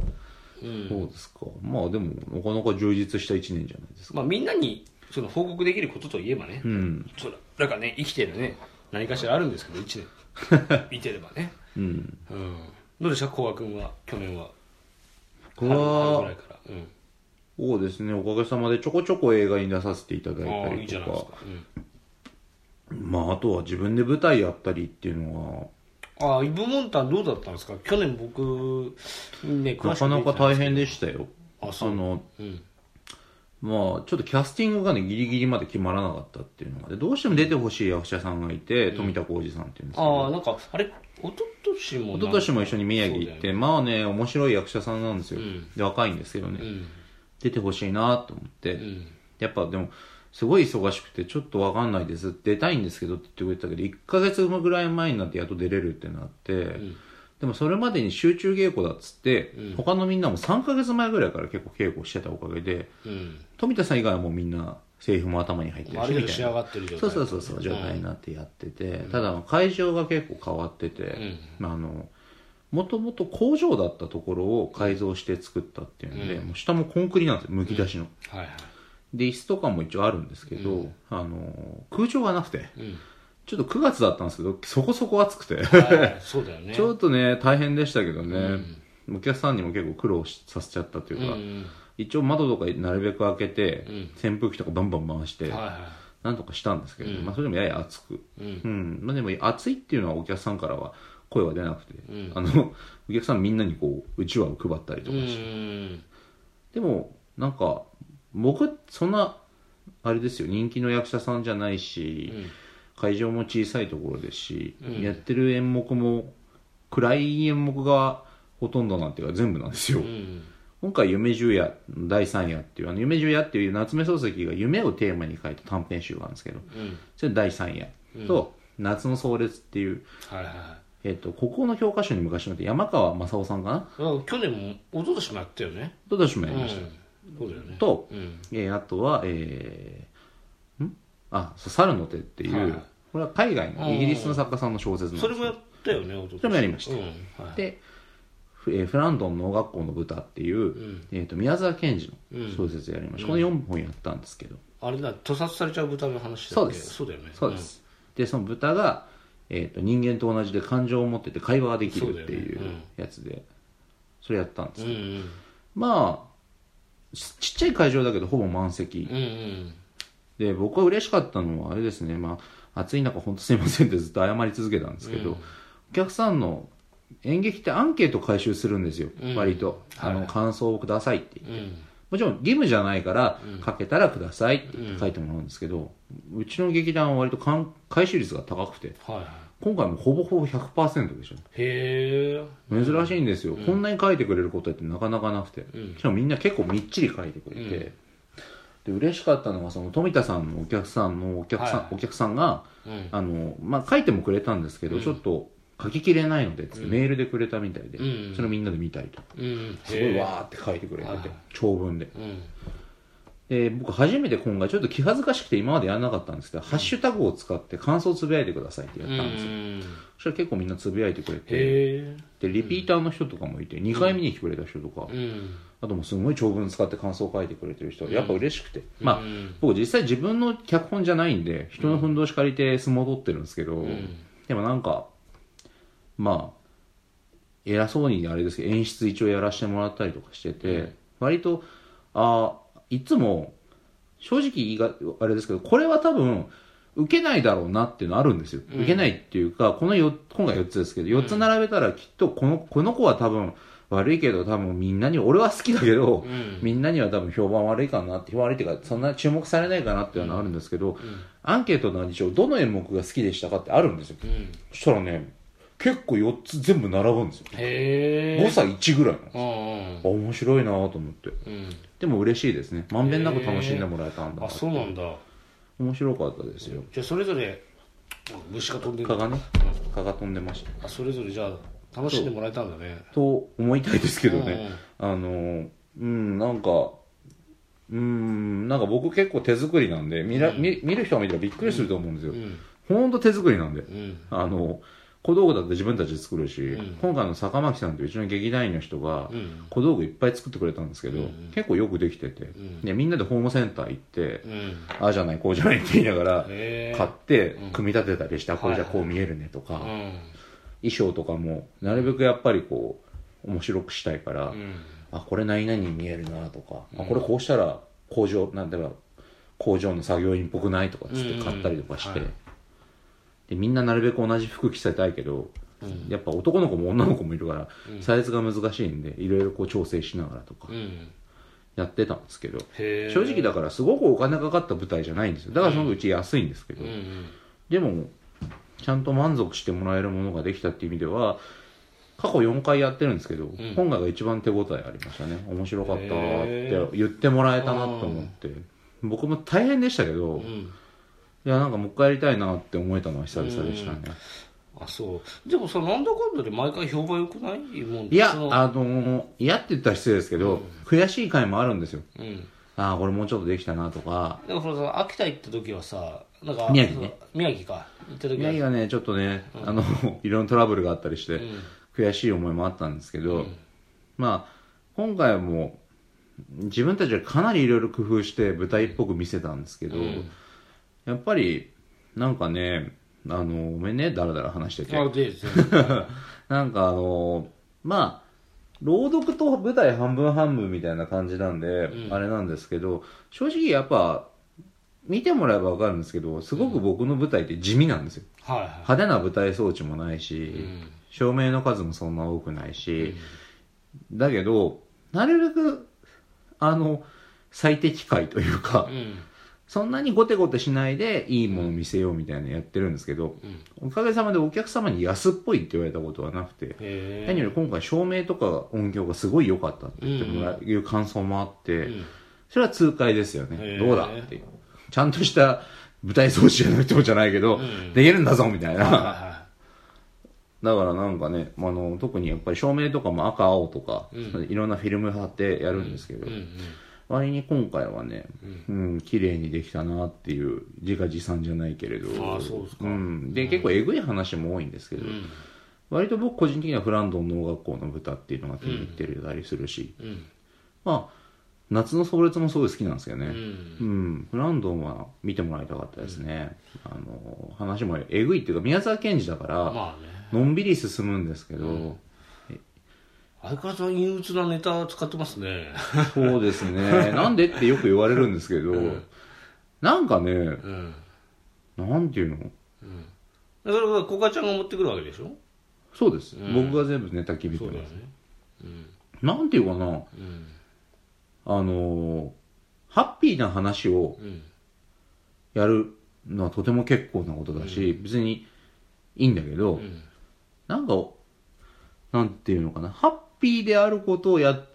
うん、そうですか。まあでもなかなか充実したいちねんじゃないですか。 まあみんなにその報告できることといえばね、うん、そらなんかね生きてるね何かしらあるんですけどいちねん見てればね、うんうん、どうでした古賀君は去年は。 春ぐらいから、うん、そうですね、おかげさまでちょこちょこ映画に出させていただいたりとか、あ、いいじゃないですか、うん、まああとは自分で舞台やったりっていうのは。ああ、イブモンタンどうだったんですか去年僕ね、 なかなか大変でしたよ。 あ、そう。あの、うん、 まあちょっとキャスティングがねギリギリまで決まらなかったっていうのがで、どうしても出てほしい役者さんがいて、うん、富田浩二さんっていうんですけど、 ああ、なんかあれ一昨年も一昨年も一緒に宮城行って、ね、まあね面白い役者さんなんですよ、うん、で若いんですけどね、うん、出てほしいなと思って、うん、やっぱでもすごい忙しくてちょっと分かんないです出たいんですけどって言ってくれたけどいっかげつぐらい前になってやっと出れるってなって、うん、でもそれまでに集中稽古だっつって、うん、他のみんなもさんかげつまえぐらいから結構稽古してたおかげで、うん、富田さん以外はもうみんなセリフも頭に入ってるしみたいな、 仕上がってる状態、 そうそうそうそう状態になってやってて、うん、ただ会場が結構変わってて、うんまあ、あのもともと工場だったところを改造して作ったっていうので、うん、もう下もコンクリなんですよむき出しの、うんはいはい、で椅子とかも一応あるんですけど、うん、あの空調がなくて、うん、 ちょっとくがつだったんですけどそこそこ暑くてそうだよねちょっとね大変でしたけどね、うん、お客さんにも結構苦労させちゃったというか、うん、一応窓とかなるべく開けて、うん、扇風機とかバンバン回して、はいはい、なんとかしたんですけど、うん、まあ、それでもやや暑く、うんうんまあ、でも暑いっていうのはお客さんからは声は出なくて、うん、あのお客さんみんなにこううちわを配ったりとかして、うん、でもなんか僕そんなあれですよ人気の役者さんじゃないし、うん、会場も小さいところですし、うん、やってる演目も暗い演目がほとんどなんていうか全部なんですよ、うん、今回夢十夜だいさん夜っていうあの夢十夜っていう夏目漱石が夢をテーマに書いた短編集があるんですけど、うん、それだいさん夜と、うん、夏の壮烈っていう、はいはいえー、とここの教科書に昔のって山川正夫さんかな去年も一昨年もやったよね一昨年もやりました、うんそうだよね、 と、うんえー、あとは、えー、んあそう猿の手っていう、はいはい、これは海外のイギリスの作家さんの小説なんですそれもやったよねそれもやりました、うんはい、で、えー、フランドン農学校の豚っていう、うんえー、と宮沢賢治の小説やりました、うん、このよんほんやったんですけど、 あれだ屠殺されちゃう豚の話だっけそうですそうだよねそうです、うん、でその豚が、えー、と人間と同じで感情を持ってて会話ができるっていうやつで そ,、ねうん、それやったんですけど、うんうん、まあちっちゃい会場だけどほぼ満席、うんうん、で僕は嬉しかったのはあれですね、まあ、暑い中本当すいませんってずっと謝り続けたんですけど、うん、お客さんの演劇ってアンケート回収するんですよ、うん、割と、あの、はい、感想をくださいって言って、うん、もちろん義務じゃないから、うん、書けたらくださいって言って書いてもらうんですけど、うん、うちの劇団は割と回収率が高くて、はいはい、今回もほぼほぼ ひゃくパーセント でしょ。へー珍しいんですよ、うん、こんなに書いてくれることってなかなかなくて、うん、しかもみんな結構みっちり書いてくれて、うん、で嬉しかったのがその富田さんのお客さんのお客さん、はい、お客さんが、うん、あのまあ、書いてもくれたんですけど、うん、ちょっと書ききれないのでってメールでくれたみたいで、うん、それをみんなで見たりとか、うん、すごいわーって書いてくれてて、長文で、うんで僕初めて今回ちょっと気恥ずかしくて今までやらなかったんですけど、うん、ハッシュタグを使って感想をつぶやいてくださいってやったんですよ、うん、そしたら結構みんなつぶやいてくれてでリピーターの人とかもいてにかい見に来てくれた人とか、うん、あともすごい長文使って感想を書いてくれてる人はやっぱ嬉しくて、うん、まあ僕実際自分の脚本じゃないんで人のふんどし借りて相撲取ってるんですけど、うん、でもなんかまあ偉そうにあれですけど演出一応やらせてもらったりとかしてて、うん、割とああいつも正直言いがあれですけどこれは多分受けないだろうなっていうのあるんですよ、うん、受けないっていうかこのよ今回よっつですけどよっつ並べたらきっとこのこの子は多分悪いけど多分みんなに俺は好きだけど、うん、みんなには多分評判悪いかなって評判悪いっていうかそんな注目されないかなっていうのはあるんですけど、うん、アンケートの一応どの演目が好きでしたかってあるんですよ、うん、そしたらね結構よっつ全部並ぶんですよへー誤差いちぐらいなんですよ、あ面白いなと思って、うん、でも嬉しいですねまんべんなく楽しんでもらえたんだあそうなんだ面白かったですよじゃあそれぞれ虫が飛んでる蚊がね蚊が飛んでましたあそれぞれじゃあ楽しんでもらえたんだねと思いたいですけどね、うん、あのうんなんかうんなんか僕結構手作りなんで見ら、うん、見, 見る人が見たらびっくりすると思うんですよ、うん、ほんと手作りなんで、うん、あの小道具だって自分たちで作るし、うん、今回の坂巻さんといううちの劇団員の人が小道具いっぱい作ってくれたんですけど、うん、結構よくできてて、うん、でみんなでホームセンター行って、うん、ああじゃないこうじゃないって言いながら買って組み立てたりして、うん、これじゃこう見えるねとか、はいはい、衣装とかもなるべくやっぱりこう面白くしたいから、うん、あこれ何々に見えるなとか、うん、あこれこうしたら工場なんだろう工場の作業員っぽくないとかつって買ったりとかして、うんはいでみんななるべく同じ服着せたいけど、うん、やっぱ男の子も女の子もいるから、うん、サイズが難しいんでいろいろこう調整しながらとかやってたんですけど、うん、正直だからすごくお金かかった舞台じゃないんですよだからそのうち安いんですけど、うん、でもちゃんと満足してもらえるものができたっていう意味では過去よんかいやってるんですけど、うん、今回が一番手応えありましたね面白かったって言ってもらえたなと思って僕も大変でしたけど、うんいやなんかもう一回やりたいなって思えたのは久々でしたね。 あそうでもさなんだかんだで毎回評判良くないもんいやあのー、嫌って言ったら失礼ですけど、うん、悔しい回もあるんですよ、うん、ああこれもうちょっとできたなとかでもそのさ秋田行った時はさなんか宮城ね宮城か行った時は宮城がねちょっとね、うん、あのいろんなトラブルがあったりして、うん、悔しい思いもあったんですけど、うん、まあ今回はもう自分たちはかなりいろいろ工夫して舞台っぽく見せたんですけど、うんやっぱりなんかねあのごめんねだらだら話しててあでですねなんかあのまあ朗読と舞台半分半分みたいな感じなんで、うん、あれなんですけど正直やっぱ見てもらえば分かるんですけどすごく僕の舞台って地味なんですよ、うんはいはい、派手な舞台装置もないし、うん、照明の数もそんな多くないし、うん、だけどなるべくあの最適解というか、うんそんなにゴテゴテしないでいいものを見せようみたいなのやってるんですけど、うん、おかげさまでお客様に安っぽいって言われたことはなくて何より今回照明とか音響がすごい良かったって言ってもらう、うん、いう感想もあって、うん、それは痛快ですよねどうだってちゃんとした舞台装置じゃなくてもじゃないけど、うん、できるんだぞみたいな、はいはい、だからなんかねあの特にやっぱり照明とかも赤青とか、うん、いろんなフィルム貼ってやるんですけど、うんうんうん割に今回はね、うん、うん、綺麗にできたなっていう自画自賛じゃないけれど、 ああそうですか。 うん、で、うん、結構えぐい話も多いんですけど、うん、割と僕個人的にはフランドン農学校の豚っていうのが気に入ってたりするし、うん、まあ夏の葬列もすごい好きなんですよね。うん、うん、フランドンは見てもらいたかったですね。あの話もえぐいっていうか宮沢賢治だから、まあね、のんびり進むんですけど。 相変わらず陰鬱なネタ使ってますねそうですねなんでってよく言われるんですけど、うん、なんかね、うん、なんていうの、うん、 それはコカちゃんが持ってくるわけでしょそうです、うん、僕が全部ネタ決めてます、ねうん、なんていうかな、うん、あのハッピーな話をやるのはとても結構なことだし、うん、別にいいんだけど、うん、なんかなんていうのかなハッピーであることをやって、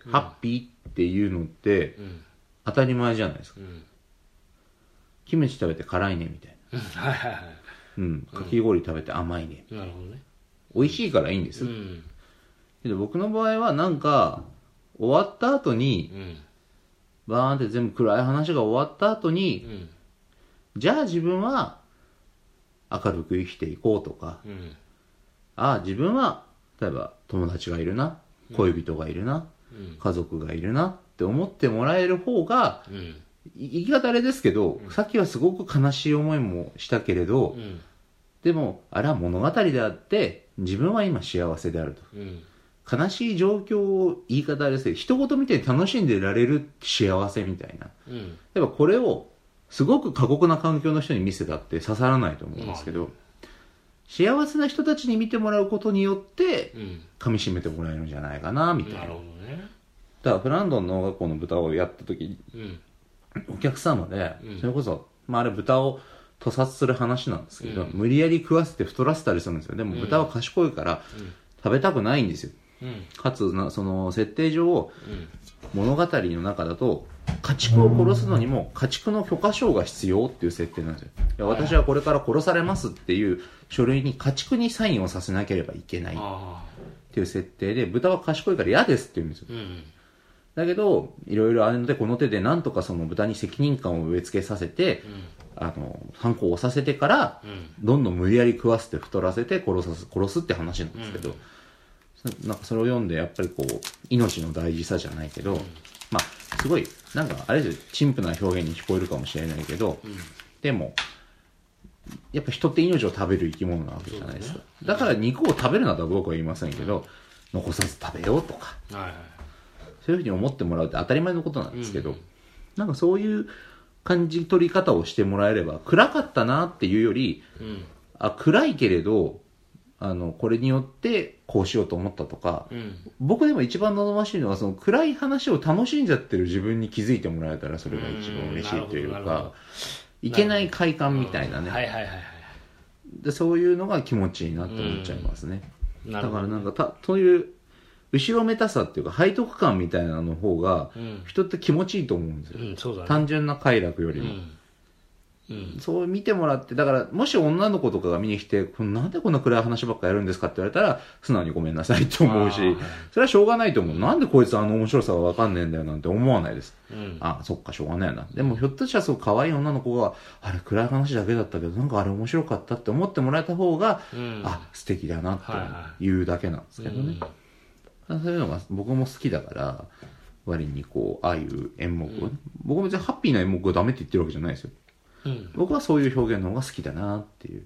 うん、ハッピーっていうのって、うん、当たり前じゃないですか、うん、キムチ食べて辛いねみたいなはいはいはいうんかき氷食べて甘いね、 うん、なるほどね美味しいからいいんです、うん、けど僕の場合はなんか終わった後に、うん、バーンって全部暗い話が終わった後に、うん、じゃあ自分は明るく生きていこうとか、うん、ああ自分は例えば友達がいるな恋人がいるな、うん、家族がいるなって思ってもらえる方が、うん、言い方あれですけど、うん、さっきはすごく悲しい思いもしたけれど、うん、でもあれは物語であって自分は今幸せであると、うん、悲しい状況を言い方あれですけど一言みたいに楽しんでられる幸せみたいな、うん、やっぱこれをすごく過酷な環境の人に見せたって刺さらないと思うんですけど、うん幸せな人たちに見てもらうことによって噛み締めてもらえるんじゃないかなみたいな、 なるほどね、 だからフランドン農学校の豚をやった時、うん、お客様で、うん、それこそ、まあ、あれ豚を屠殺する話なんですけど、うん、無理やり食わせて太らせたりするんですよ。でも豚は賢いから食べたくないんですよ、うん、かつなその設定上、うん、物語の中だと家畜を殺すのにも家畜の許可証が必要っていう設定なんですよ。いや私はこれから殺されますっていう書類に家畜にサインをさせなければいけないっていう設定で豚は賢いから嫌ですって言うんですよ、うん、だけどいろいろあれの手この手でなんとかその豚に責任感を植え付けさせて、うん、あの反抗をさせてから、うん、どんどん無理やり食わせて太らせて殺さす殺すって話なんですけど、うん、なんかそれを読んでやっぱりこう命の大事さじゃないけど、うん、まあすごいなんかあれですよ陳腐な表現に聞こえるかもしれないけど、うん、でもやっぱ人って命を食べる生き物なわけじゃないですか、ね、だから肉を食べるなとは僕は言いませんけど、うん、残さず食べようとか、はいはい、そういうふうに思ってもらうって当たり前のことなんですけど、うん、なんかそういう感じ取り方をしてもらえれば暗かったなっていうより、うん、あ暗いけれどあのこれによってこうしようと思ったとか、うん、僕でも一番望ましいのはその暗い話を楽しんじゃってる自分に気づいてもらえたらそれが一番嬉しいというかいけない快感みたいなね、はいはいはいはい、でそういうのが気持ちいいなって思っちゃいますね、うん、だからなんかたそういう後ろめたさっていうか背徳感みたいなの方が人って気持ちいいと思うんですよ、うんそうだね、単純な快楽よりも、うんうん、そう見てもらってだからもし女の子とかが見に来てなんでこんな暗い話ばっかやるんですかって言われたら素直にごめんなさいって思うし、はい、それはしょうがないと思う、うん、なんでこいつあの面白さが分かんねえんだよなんて思わないです、うん、あそっかしょうがないなでもひょっとしたらそう可愛い女の子があれ暗い話だけだったけどなんかあれ面白かったって思ってもらえた方が、うん、あ素敵だなって言うだけなんですけどね、はいはい、そういうのが僕も好きだから割にこうああいう演目を、うん、僕も別にハッピーな演目がダメって言ってるわけじゃないですようん、僕はそういう表現の方が好きだなっていう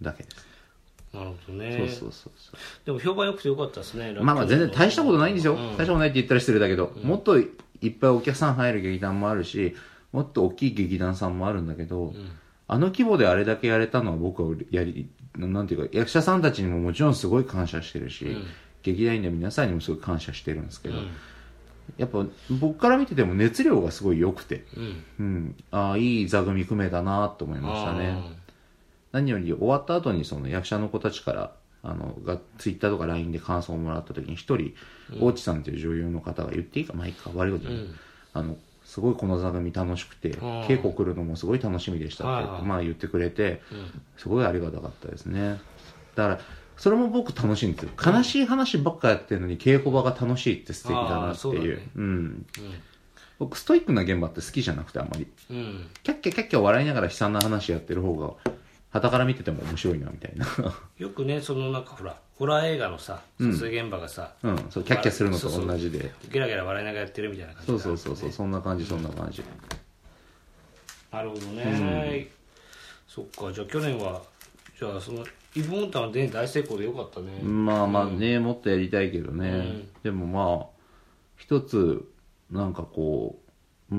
だけです。 なるほどね。 そうそうそうそう。 でも評判良くてよかったですね。 まあまあ全然大したことないんですよ。 うん、 大したことないって言ったら失礼だけど、うん、もっといっぱいお客さん入る劇団もあるし、もっと大きい劇団さんもあるんだけど、うん、あの規模であれだけやれたのは僕はやり、なんていうか、役者さんたちにももちろんすごい感謝してるし、うん、劇団員の皆さんにもすごい感謝してるんですけど、うん、やっぱ僕から見てても熱量がすごい良くて、うんうん、ああいい座組組めたなと思いましたね。何より終わった後にその役者の子たちからあのがツイッターとか ライン で感想をもらった時に一人、うん、大地さんという女優の方が言っていいかまあいいか悪いこと言う、うん、あのすごいこの座組楽しくて稽古来るのもすごい楽しみでしたって言って、まあ、言ってくれて、うん、すごいありがたかったですね。だからそれも僕楽しいんですよ。悲しい話ばっかやってるのに稽古場が楽しいって素敵だなっていう。ね、うん、うん、僕ストイックな現場って好きじゃなくてあんまり、うん、キャッキャキャッキャ笑いながら悲惨な話やってる方が傍から見てても面白いなみたいなよくねそのなんかほらホラー映画のさ撮影現場がさ、 うん、うん、そうキャッキャするのと同じでそうそうゲラゲラ笑いながらやってるみたいな感じ、 ね、そうそうそうそうそんな感じそんな感じ、 うん、なるほどね、うん、そっかじゃあ去年はじゃあそのイブモンタンは全大成功でよかったね。 まあまあね、うん、もっとやりたいけどね、うん、でもまあ一つなんかこう、うん、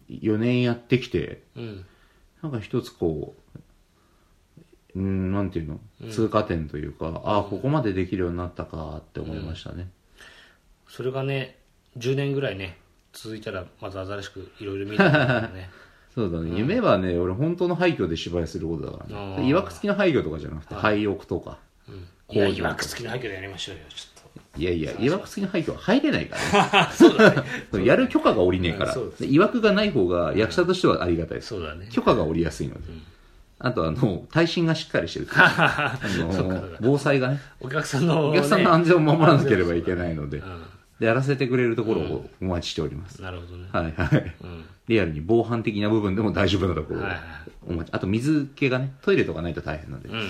よねんやってきて、うん、なんか一つこううん、なんていうの、うん、通過点というか、うん、ああここまでできるようになったかって思いましたね、うん、 それがねじゅうねんぐらいね続いたらまた新しくいろいろ見るからねそうだね、うん、夢はね俺本当の廃墟で芝居することだからね。いわくつきの廃墟とかじゃなくて廃屋とか、 うん、いやいわくつきの廃墟でやりましょうよちょっと。 いやいやいわくつきの廃墟は入れないからねそうだねやる許可が下りねえから、うん、いわくがない方が役者としてはありがたいです、うん、そうだね、許可が下りやすいので、うん、あとあの耐震がしっかりしてるあの防災がねお客さんの、ね、 お客さんの安全を守らなければいけないので、うん、でやらせてくれるところをお待ちしております、 うん、なるほどねはいはい、うん、リアルに防犯的な部分でも大丈夫なところをお待ち、あと水気がねトイレとかないと大変なんで、うん、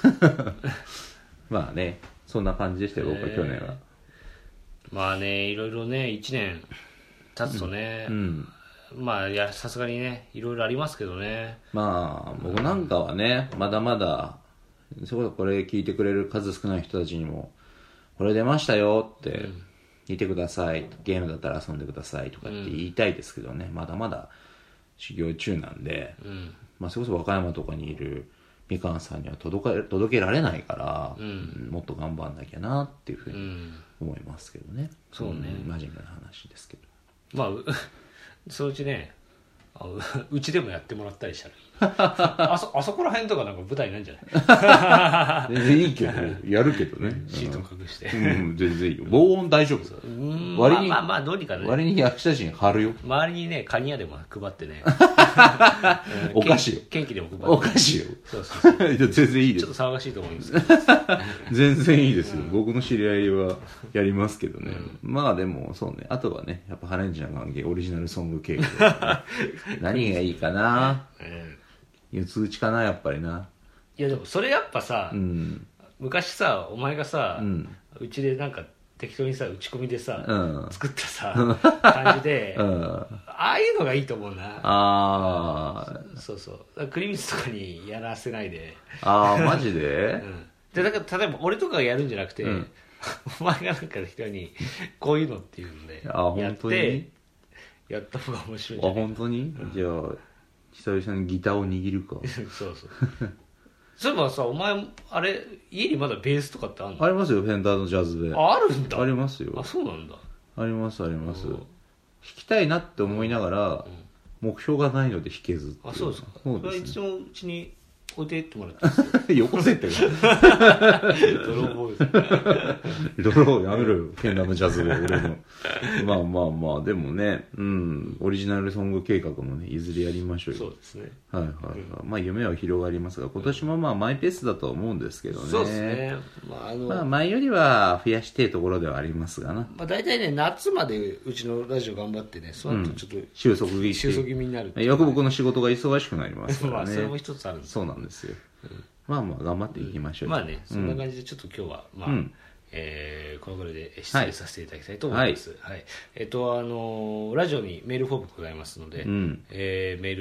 まあねそんな感じでしたよ僕は去年は。 まあねいろいろねいちねん経つとね、うんうんまあいやさすがにねいろいろありますけどね。まあ僕なんかはねまだまだそこそこれ聞いてくれる数少ない人たちにもこれ出ましたよって見てください、うん、ゲームだったら遊んでくださいとかって言いたいですけどね、うん、まだまだ修行中なんで、うんまあ、それこそ和歌山とかにいるみかんさんには届け、届けられないから、うん、もっと頑張んなきゃなっていうふうに思いますけどね、うん、 そうね、 真面目な話ですけどまあそのうちねあうちでもやってもらったりしたらあそ、あそこら辺とかなんか舞台なんじゃない全然いいけどやるけどねシート隠して、 うん、全然いいよ防音大丈夫うん割に、まあ、まあまあどうにかね割に役者陣張るよ周りにねカニ屋でも配ってねお菓子よケーキでも配って、 ね、お菓子よそうそうそう全然いいですちょっと騒がしいと思うんですけど全然いいですよ、うん、僕の知り合いはやりますけどね、うん、まあでもそうねあとはねやっぱハレンジな関係オリジナルソング系、ね、何がいいかな四つ打ちかなやっぱりな。 いやでもそれやっぱさ、うん、昔さお前がさうち、ん、でなんか適当にさ打ち込みでさ、うん、作ったさ感じで、うん、ああいうのがいいと思うな。ああそうそう栗光とかにやらせないで。 ああマジで、 うん、でだから例えば俺とかがやるんじゃなくて、うん、お前がなんか適当にこういうのっていうんでやってやった方が面白いんじゃないかな。 あ本当に、うん、じゃあ久々にギターを握るかそうそうそういえばさお前あれ家にまだベースとかってあるの？ ありますよフェンダーのジャズで。 ああるんだ。 ありますよ。 あそうなんだ。 ありますあります。弾きたいなって思いながら、うん、目標がないので弾けずっていう。 あそうですか。そうですね。それはいつもうちに置いてってもらってよこせって泥棒です泥やめろよフェンダーのジャズを俺のまあまあまあでもねうんオリジナルソング計画もねいずれやりましょうよ。 そうですねはいはい、はいうん、まあ夢は広がりますが今年もまあマイペースだと思うんですけどね。 そうですね、まああのまあ、 前よりは増やしていところではありますがな、 まあ、大体ね夏までうちのラジオ頑張ってねその後ちょっと、うん、 収束気味収束気味になるよく僕の仕事が忙しくなりますからねまあそれも一つあるんです。 そうなんですよ、うん、まあまあ頑張っていきましょう、 うん、まあねそんな感じでちょっと今日は、うん、まあ、うんえー、このぐらいで失礼させていただきたいと思います、はいはい、えっとあのー、ラジオにメールフォームございますので、うんえー、メール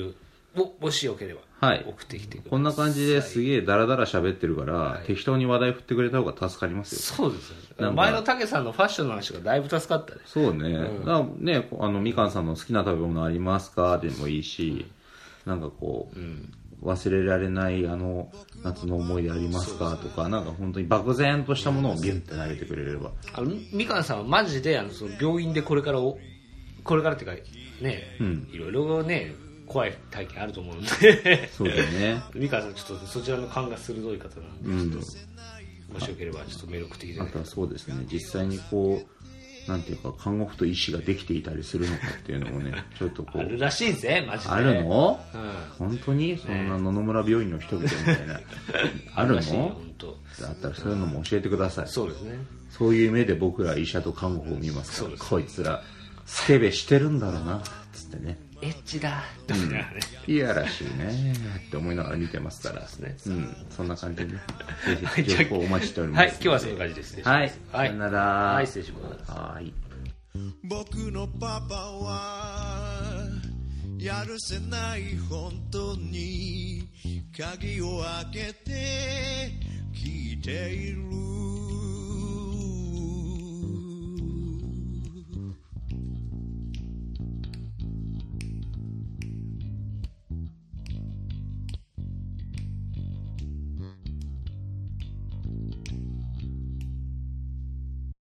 ももしよければ送ってきてください。 こんな感じですげえダラダラ喋ってるから、はい、適当に話題振ってくれた方が助かりますよ。 そうですよね。前のたけさんのファッションの話がだいぶ助かったね。 そうね、うん、だからね、あのみかんさんの好きな食べ物ありますかでもいいし、うん、なんかこう、うん、忘れられないあの夏の思い出ありますかとか、なんか本当に漠然としたものをビュンって投げてくれれば。 あのみかんさんはマジであのその病院でこれからおこれからっていうかね、うん、いろいろね怖い体験あると思うんでそうだね。 みかんさんちょっとそちらの勘が鋭い方なんで、うん、ちょっともしよければちょっとメール送ってきてね。 あとはそうですね、実際にこうなんていうか看護婦と医師ができていたりするのかっていうのもねちょっとこうあるらしいぜマジで。 あるの、うん、本当にそんな野々村病院の人々みたいな、ね、あるの本当だったらそういうのも教えてください。 そうですね。 そういう目で僕ら医者と看護婦を見ますから、こいつらスケベしてるんだろうなつってね、 エッチだ、 うん、いやらしいねって思いながら見てますから。 そうですね、うん、そんな感じで、ね、ぜひ情報お待ちしております。 はい、今日はそんな感じです。 はい、さよなら。 はい、失礼します。 はい。 僕のパパはやるせない本当に鍵を開けて聞いている